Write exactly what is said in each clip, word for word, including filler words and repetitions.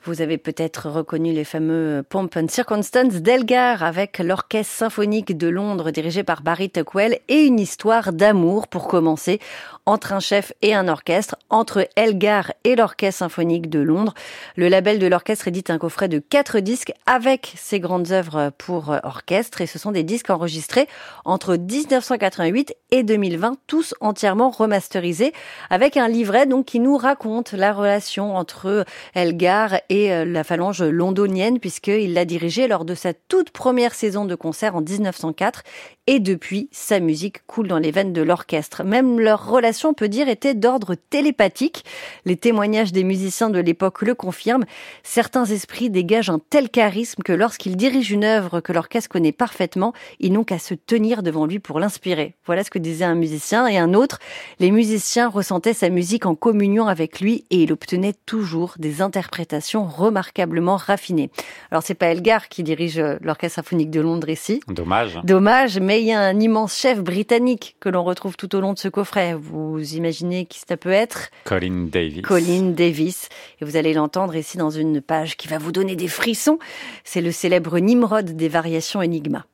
Vous avez peut-être reconnu les fameux Pomp and Circumstance d'Elgar avec l'Orchestre symphonique de Londres dirigé par Barry Tuckwell et une histoire d'amour pour commencer entre un chef et un orchestre, entre Elgar et l'Orchestre symphonique de Londres. Le label de l'orchestre édite un coffret de quatre disques avec ses grandes œuvres pour orchestre et ce sont des disques enregistrés entre dix-neuf cent quatre-vingt-huit et deux mille vingt, tous entièrement remasterisés avec un livret donc qui nous raconte la relation entre Elgar et la phalange londonienne puisqu'il l'a dirigé lors de sa toute première saison de concert en dix-neuf cent quatre et depuis, sa musique coule dans les veines de l'orchestre. Même leur relation, on peut dire, était d'ordre télépathique. Les témoignages des musiciens de l'époque le confirment. Certains esprits dégagent un tel charisme que lorsqu'ils dirigent une œuvre que l'orchestre connaît parfaitement, ils n'ont qu'à se tenir devant lui pour l'inspirer. Voilà ce que disait un musicien et un autre. Les musiciens ressentaient sa musique en communion avec lui et il obtenait toujours des interprétations remarquablement raffinées. Alors c'est pas Elgar qui dirige l'Orchestre symphonique de Londres ici. Dommage. Dommage, mais il y a un immense chef britannique que l'on retrouve tout au long de ce coffret. Vous imaginez qui ça peut être ? Colin Davis. Colin Davis. Et vous allez l'entendre ici dans une page qui va vous donner des frissons. C'est le célèbre Nimrod des variations Enigma.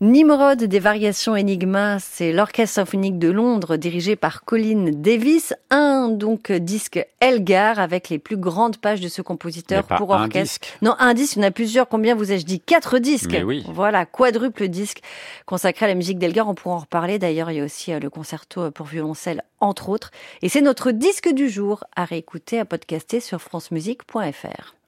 Nimrod des variations Enigma, c'est l'Orchestre symphonique de Londres dirigé par Colin Davis. Un donc disque Elgar avec les plus grandes pages de ce compositeur Mais pour pas un orchestre. disque. Non, un disque, il y en a plusieurs. Combien vous ai-je dit? Quatre disques. Mais oui. Voilà, quadruple disque consacré à la musique d'Elgar. On pourra en reparler. D'ailleurs, il y a aussi le concerto pour violoncelle, entre autres. Et c'est notre disque du jour à réécouter, à podcaster sur francemusique point f r.